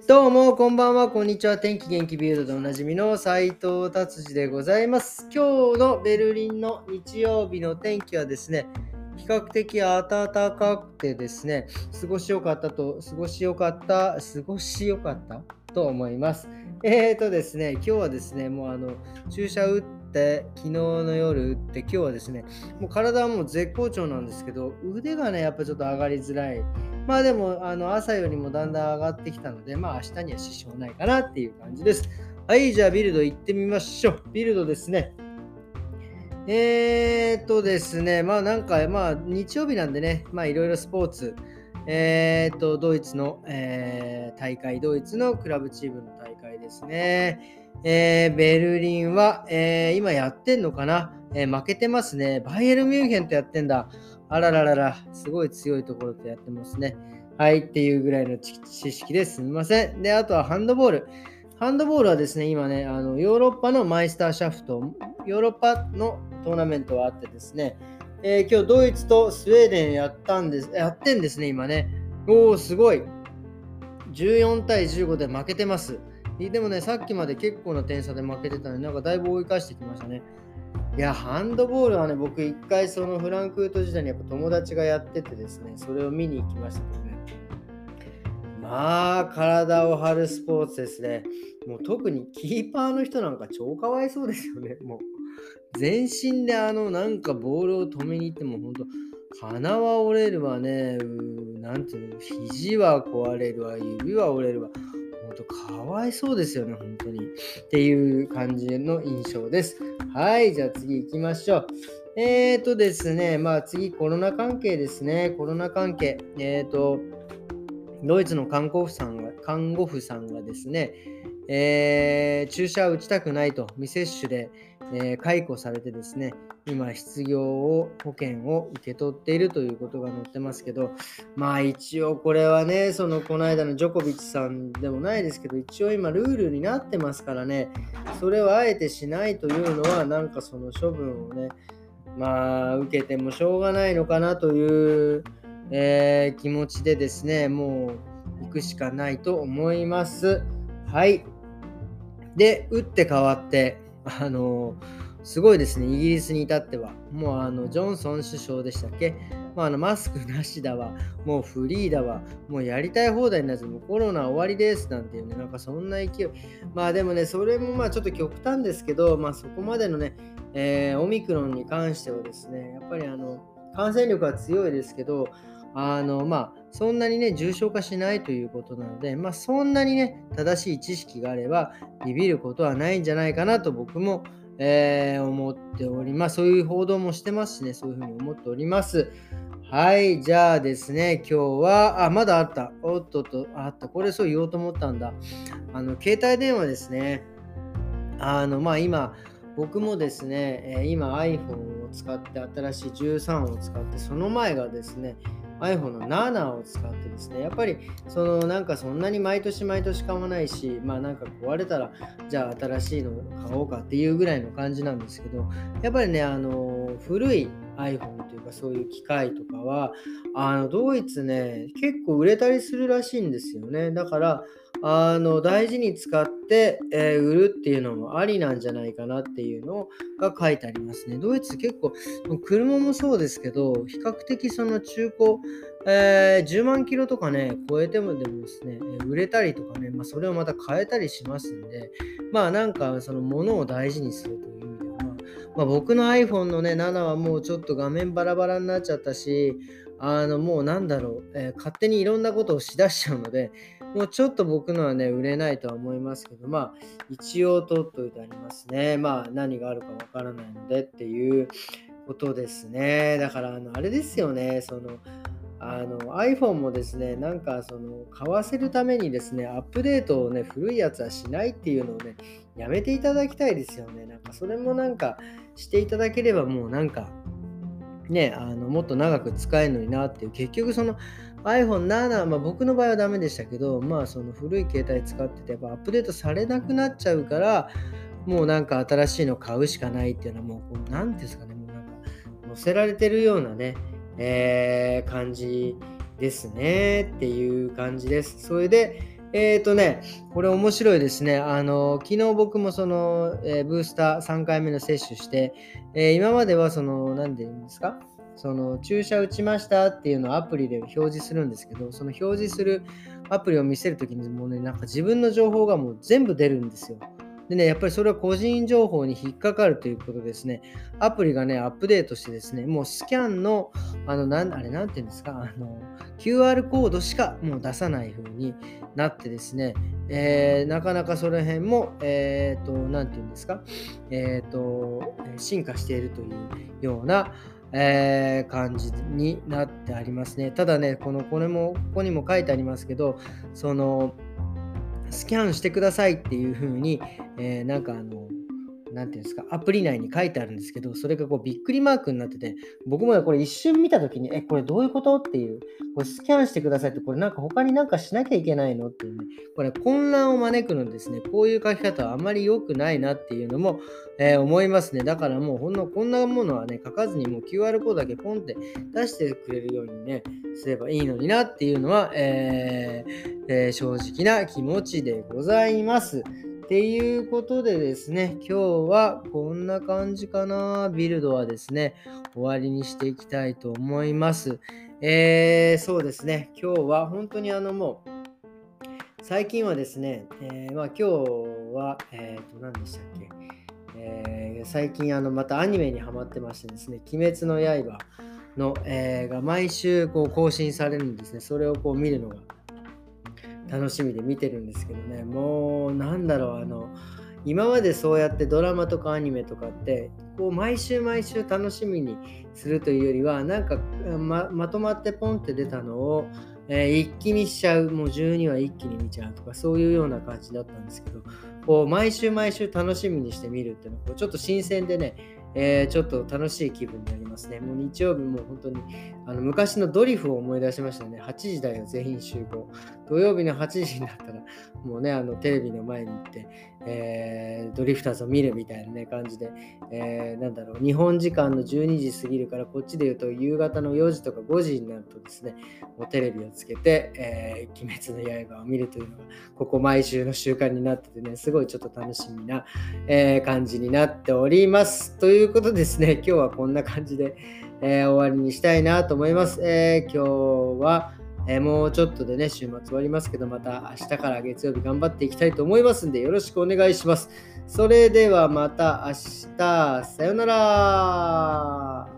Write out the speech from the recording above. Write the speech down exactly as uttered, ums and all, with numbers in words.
どうも、こんばんは、こんにちは。天気元気ビルドでおなじみの斉藤達治でございます。今日のベルリンの日曜日の天気はですね、比較的暖かくてですね、過ごしよかったと、過ごしよかった、過ごしよかったと思います。えーとですね、今日はですね、もうあの、注射打って、昨日の夜打って、今日はですね、もう体はもう絶好調なんですけど、腕がね、やっぱちょっと上がりづらい。まあでも、あの、朝よりもだんだん上がってきたので、まあ明日には支障ないかなっていう感じです。はい、じゃあビルド行ってみましょう。ビルドですね。えーっとですね、まあなんか、まあ日曜日なんでね、まあいろいろスポーツ、えーっと、ドイツの、えー大会、ドイツのクラブチームの大会ですね。えーベルリンは、えー今やってんのかな、えー負けてますね。バイエルミュンヘンとやってんだ。あらららら、すごい強いところとやってますね。はい、っていうぐらいの知知識ですみません。で、あとはハンドボール。ハンドボールはですね、今ね、あのヨーロッパのマイスターシャフト、ヨーロッパのトーナメントがあってですね、えー今日ドイツとスウェーデンやったんです、やってんですね、今ね。おー、すごい。じゅうよんたいじゅうごで負けてます。でもね、さっきまで結構な点差で負けてたので、なんかだいぶ追い返してきましたね。いや、ハンドボールはね、僕一回そのフランクフルト時代にやっぱ友達がやっててですね、それを見に行きましたけどね。まあ、体を張るスポーツですね。もう特にキーパーの人なんか超かわいそうですよね。もう全身であのなんかボールを止めに行っても本当鼻は折れるわね、うーなんていうの、肘は壊れるわ、指は折れるわ。本当かわいそうですよね、本当に。っていう感じの印象です。はい、じゃあ次行きましょう。えーとですね、まあ次コロナ関係ですね。コロナ関係。えーと、ドイツの看護婦さんが看護婦さんがですね、えー注射を打ちたくないと未接種で、えー解雇されてですね、今失業を保険を受け取っているということが載ってますけど、まあ一応これはね、そのこの間のジョコビッチさんでもないですけど、一応今ルールになってますからね、それをあえてしないというのはなんかその処分をね、まあ受けてもしょうがないのかなという、えー気持ちでですね、もう行くしかないと思います。はい。で、打って変わって、あの、すごいですね、イギリスに至っては。もうあの、ジョンソン首相でしたっけ、まあ、あのマスクなしだわ、もうフリーだわ、もうやりたい放題になって、もうコロナ終わりですなんていうね、なんかそんな勢い。まあでもね、それもまあちょっと極端ですけど、まあそこまでのね、えーオミクロンに関してはですね、やっぱりあの、感染力は強いですけど、あの、まあ、そんなにね、重症化しないということなので、まあ、そんなにね、正しい知識があれば、ビビることはないんじゃないかなと僕も、えー思っております。そういう報道もしてますしね、そういうふうに思っております。はい、じゃあですね、今日は、あ、まだあった。おっとっと、あった。これそう言おうと思ったんだ。あの、携帯電話ですね。あの、まあ、今、僕もですね、えー今 iPhone を使って新しいじゅうさんを使って、その前がですね、iPhone のななを使ってですね、やっぱりそのなんかそんなに毎年毎年買わないし、まあなんか壊れたら、じゃあ新しいの買おうかっていうぐらいの感じなんですけど、やっぱりね、あの、古い iPhone というかそういう機械とかは、あの、ドイツね、結構売れたりするらしいんですよね。だから、あの、大事に使って、えー売るっていうのもありなんじゃないかなっていうのが書いてありますね。ドイツ結構、車もそうですけど、比較的その中古、えーじゅうまんキロとかね、超えてもでもですね、えー売れたりとかね、まあ、それをまた変えたりしますんで、まあなんかその物を大事にするという意味では、まあ、まあ僕の iPhone のね、ななはもうちょっと画面バラバラになっちゃったし、あのもうなんだろう、えー勝手にいろんなことをしだしちゃうので、もうちょっと僕のはね、売れないとは思いますけど、まあ、一応取っといてありますね。まあ、何があるかわからないのでっていうことですね。だから、あの、あれですよね、その、あの、iPhone もですね、なんか、その、買わせるためにですね、アップデートをね、古いやつはしないっていうのをね、やめていただきたいですよね。なんか、それもなんか、していただければもうなんか、ね、あの、もっと長く使えるのになっていう、結局その iPhone なな、まあ、僕の場合はダメでしたけど、まあ、その古い携帯使ってて、やっぱアップデートされなくなっちゃうから、もうなんか新しいの買うしかないっていうのはもう、こうなんていうんですかね、もうなんか載せられてるようなね、えー感じですねっていう感じです。それで、 えーとね、これ面白いですね。あの、昨日僕もその、えーブースターさんかいめの接種して、えー今まではその、なんて言うんですか、その注射打ちましたっていうのをアプリで表示するんですけど、その表示するアプリを見せるときにもうね、なんか自分の情報がもう全部出るんですよ。でね、やっぱりそれは個人情報に引っかかるということですね。アプリがね、アップデートしてですね、もうスキャンの、あの、なん、あれ、なんて言うんですか、あの、キューアール コードしかもう出さない風になってですね、えーなかなかその辺も、えーと、なんて言うんですか、えーと、えー進化しているというような、えー感じになってありますね。ただね、この、これも、ここにも書いてありますけど、その、スキャンしてくださいっていう風に、えーなんかあの、なんていうんですか、アプリ内に書いてあるんですけど、それがこうびっくりマークになってて、僕もね、これ一瞬見たときに、え、これどういうことっていう、これスキャンしてくださいって、これなんか他になんかしなきゃいけないのっていうね、これ混乱を招くのですね、こういう書き方はあまり良くないなっていうのも、えー思いますね。だからもうほんのこんなものはね、書かずにもう キューアール コードだけポンって出してくれるようにね、すればいいのになっていうのは、えーえー正直な気持ちでございます。っていうことでですね、今日はこんな感じかな。ビルドはですね、終わりにしていきたいと思います。えー、そうですね、今日は本当にあのもう、最近はですね、えーまあ、今日は、えーと、何でしたっけ、えー最近あのまたアニメにハマってましてですね、鬼滅の刃の、えーが毎週こう更新されるんですね。それをこう見るのが楽しみで見てるんですけどね、もうなんだろう、あの、今までそうやってドラマとかアニメとかって、こう毎週毎週楽しみにするというよりは、なんかままとまってポンって出たのを、えー一気見しちゃう、もうじゅうにわ一気に見ちゃうとか、そういうような感じだったんですけど、こう毎週毎週楽しみにして見るっていうのは、こうちょっと新鮮でね、えーちょっと楽しい気分になりますね。もう日曜日も本当にあの昔のドリフを思い出しましたね。はちじだよ全員集合。土曜日のはちじになったら、もうね、あのテレビの前に行って、えードリフターズを見るみたいな、ね、感じで、えーなんだろう、日本時間のじゅうにじ過ぎるから、こっちで言うと夕方のよじとかごじになるとですね、もうテレビをつけて、えー鬼滅の刃を見るというのが、ここ毎週の習慣になっててね、すごいちょっと楽しみな、えー感じになっております。ということですね、今日はこんな感じで、えー終わりにしたいなと思います。えー今日は、えーもうちょっとでね、週末終わりますけど、また明日から月曜日頑張っていきたいと思いますんで、よろしくお願いします。それではまた明日、さようなら。